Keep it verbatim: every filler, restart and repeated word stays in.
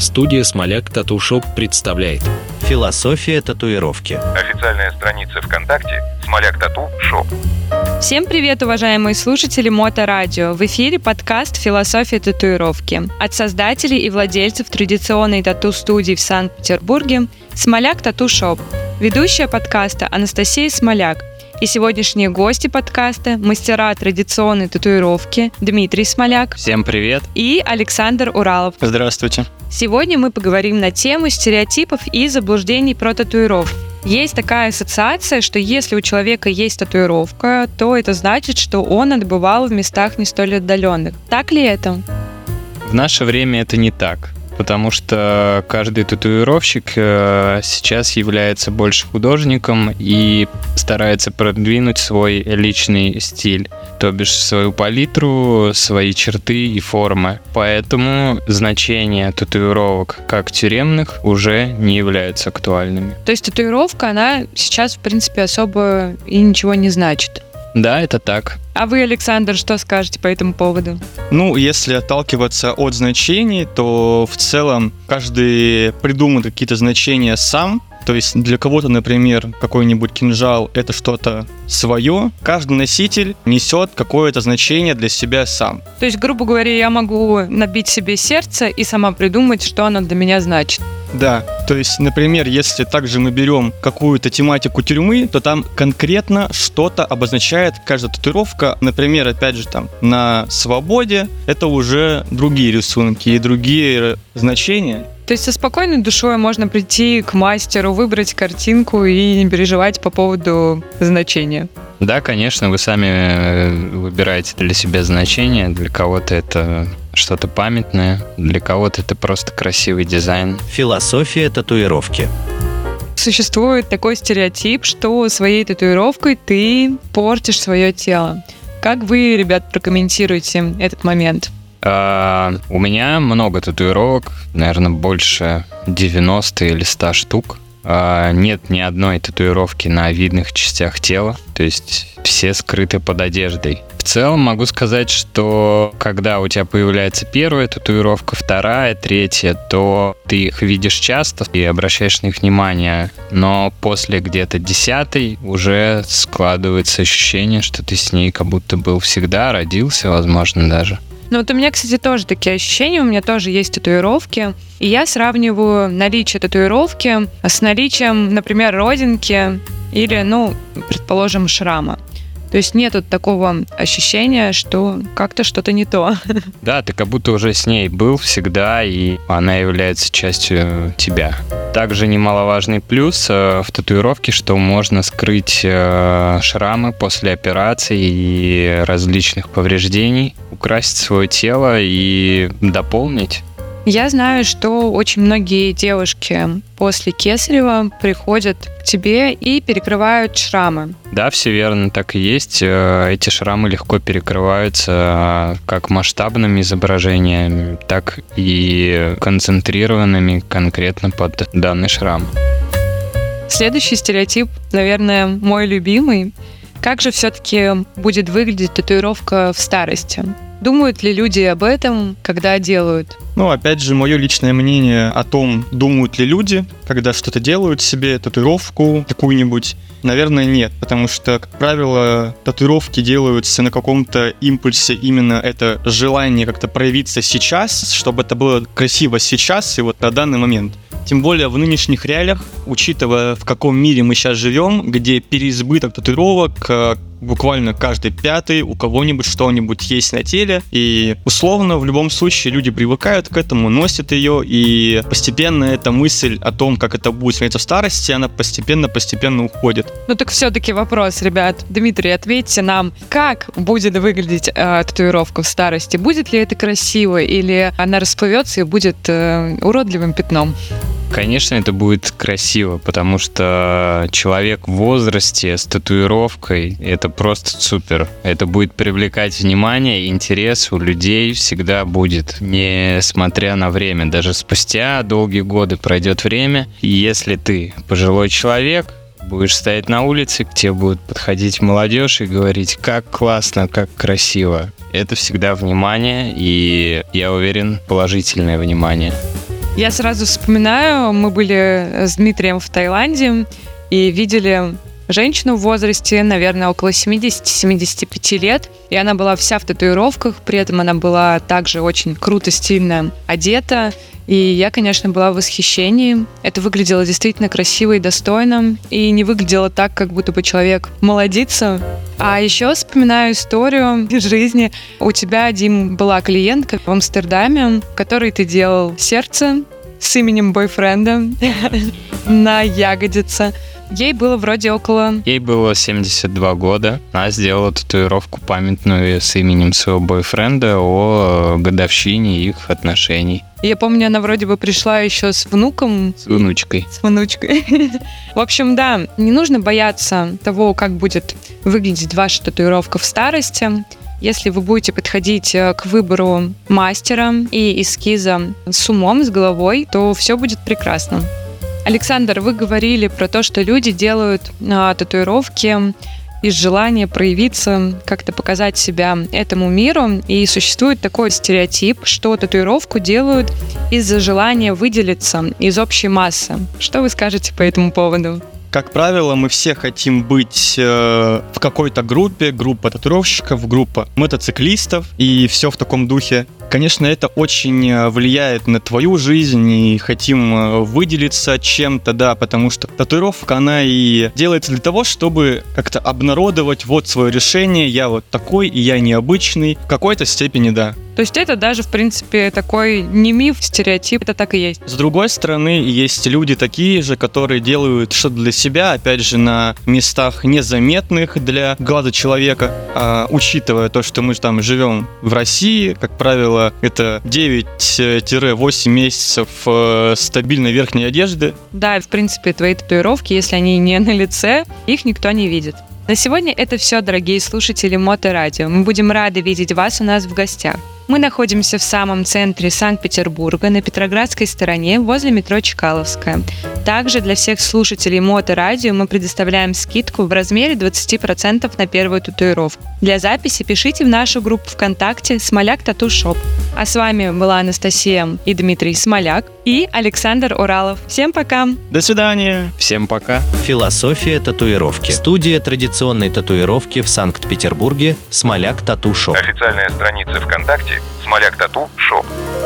Студия «Смоляк Тату Шоп» представляет Философия татуировки. Официальная страница ВКонтакте «Смоляк Тату Шоп». Всем привет, уважаемые слушатели Моторадио! В эфире подкаст «Философия татуировки» от создателей и владельцев традиционной тату-студии в Санкт-Петербурге «Смоляк Тату Шоп». Ведущая подкаста Анастасия Смоляк. И сегодняшние гости подкаста – мастера традиционной татуировки Дмитрий Смоляк. Всем привет. И Александр Уралов. Здравствуйте. Сегодня мы поговорим на тему стереотипов и заблуждений про татуировки. Есть такая ассоциация, что если у человека есть татуировка, то это значит, что он отбывал в местах не столь отдаленных. Так ли это? В наше время это не так. Потому что каждый татуировщик сейчас является больше художником и старается продвинуть свой личный стиль, то бишь свою палитру, свои черты и формы. Поэтому значение татуировок как тюремных уже не являются актуальными. То есть татуировка, она сейчас, в принципе, особо и ничего не значит? Да, это так. А вы, Александр, что скажете по этому поводу? Ну, если отталкиваться от значений, то в целом каждый придумает какие-то значения сам. То есть для кого-то, например, какой-нибудь кинжал — это что-то свое. Каждый носитель несет какое-то значение для себя сам. То есть, грубо говоря, я могу набить себе сердце и сама придумать, что оно для меня значит. Да, то есть, например, если также мы берем какую-то тематику тюрьмы, то там конкретно что-то обозначает каждая татуировка. Например, опять же, там на свободе это уже другие рисунки и другие значения. То есть со спокойной душой можно прийти к мастеру, выбрать картинку и не переживать по поводу значения. Да, конечно, вы сами выбираете для себя значение. Для кого-то это что-то памятное, для кого-то это просто красивый дизайн. Философия татуировки. Существует такой стереотип, что своей татуировкой ты портишь свое тело. Как вы, ребят, прокомментируете этот момент? Uh, у меня много татуировок, наверное, больше девяносто или сто штук. Uh, нет ни одной татуировки на видных частях тела, то есть все скрыты под одеждой. В целом могу сказать, что когда у тебя появляется первая татуировка, вторая, третья, то ты их видишь часто и обращаешь на них внимание, но после где-то десятой уже складывается ощущение, что ты с ней как будто был всегда, родился, возможно, даже. Ну вот у меня, кстати, тоже такие ощущения, у меня тоже есть татуировки, и я сравниваю наличие татуировки с наличием, например, родинки или, ну, предположим, шрама. То есть нету такого ощущения, что как-то что-то не то. Да, ты как будто уже с ней был всегда, и она является частью тебя. Также немаловажный плюс в татуировке, что можно скрыть шрамы после операций и различных повреждений, украсить свое тело и дополнить. Я знаю, что очень многие девушки после кесарева приходят к тебе и перекрывают шрамы. Да, все верно, так и есть. Эти шрамы легко перекрываются как масштабными изображениями, так и концентрированными конкретно под данный шрам. Следующий стереотип, наверное, мой любимый. Как же все-таки будет выглядеть татуировка в старости? Думают ли люди об этом, когда делают? Ну, опять же, мое личное мнение о том, думают ли люди, когда что-то делают себе, татуировку какую-нибудь, наверное, нет. Потому что, как правило, татуировки делаются на каком-то импульсе, именно это желание как-то проявиться сейчас, чтобы это было красиво сейчас и вот на данный момент. Тем более в нынешних реалиях, учитывая, в каком мире мы сейчас живем, где переизбыток татуировок, буквально каждый пятый у кого-нибудь что-нибудь есть на теле, и условно в любом случае люди привыкают к этому, носят ее, и постепенно эта мысль о том, как это будет смотреться в старости, она постепенно-постепенно уходит. Ну так все-таки вопрос, ребят. Дмитрий, ответьте нам, как будет выглядеть э, татуировка в старости? Будет ли это красиво, или она расплывется и будет э, уродливым пятном? Конечно, это будет красиво, потому что человек в возрасте с татуировкой — это просто супер. Это будет привлекать внимание, интерес у людей всегда будет, несмотря на время. Даже спустя долгие годы пройдет время, и если ты пожилой человек, будешь стоять на улице, к тебе будут подходить молодежь и говорить, как классно, как красиво. Это всегда внимание, и я уверен, положительное внимание. Я сразу вспоминаю, мы были с Дмитрием в Таиланде и видели женщину в возрасте, наверное, около семьдесят-семьдесят пять лет, и она была вся в татуировках, при этом она была также очень круто, стильно одета, и я, конечно, была в восхищении. Это выглядело действительно красиво и достойно, и не выглядело так, как будто бы человек молодится. А еще вспоминаю историю из жизни. У тебя, Дим, была клиентка в Амстердаме, которой ты делал сердце с именем бойфренда на ягодице. Ей было вроде около... Ей было семьдесят два года. Она сделала татуировку памятную с именем своего бойфренда о годовщине их отношений. Я помню, она вроде бы пришла еще с внуком. С внучкой. С внучкой. В общем, да, не нужно бояться того, как будет выглядеть ваша татуировка в старости. Если вы будете подходить к выбору мастера и эскиза с умом, с головой, то все будет прекрасно. Александр, вы говорили про то, что люди делают а, татуировки из желания проявиться, как-то показать себя этому миру. И существует такой стереотип, что татуировку делают из-за желания выделиться из общей массы. Что вы скажете по этому поводу? Как правило, мы все хотим быть э, в какой-то группе, группа татуировщиков, группа мотоциклистов и все в таком духе. Конечно, это очень влияет на твою жизнь, и хотим выделиться чем-то, да, потому что татуировка, она и делается для того, чтобы как-то обнародовать вот свое решение, я вот такой, и я необычный, в какой-то степени, да. То есть это даже, в принципе, такой не миф, стереотип, это так и есть. С другой стороны, есть люди такие же, которые делают что-то для себя, опять же, на местах незаметных для глаза человека, а, учитывая то, что мы там живем в России, как правило, это девять-восемь месяцев э, стабильной верхней одежды. Да, в принципе, твои татуировки, если они не на лице, их никто не видит. На сегодня это все, дорогие слушатели Моторадио. Мы будем рады видеть вас у нас в гостях. Мы находимся в самом центре Санкт-Петербурга, на Петроградской стороне, возле метро Чкаловская. Также для всех слушателей Моторадио мы предоставляем скидку в размере двадцать процентов на первую татуировку. Для записи пишите в нашу группу ВКонтакте «Смоляк Тату Шоп». А с вами была Анастасия и Дмитрий Смоляк и Александр Уралов. Всем пока! До свидания! Всем пока! Философия татуировки. Студия традиционной татуировки в Санкт-Петербурге «Смоляк Тату Шоп». Официальная страница ВКонтакте «Смоляк Тату Шоп».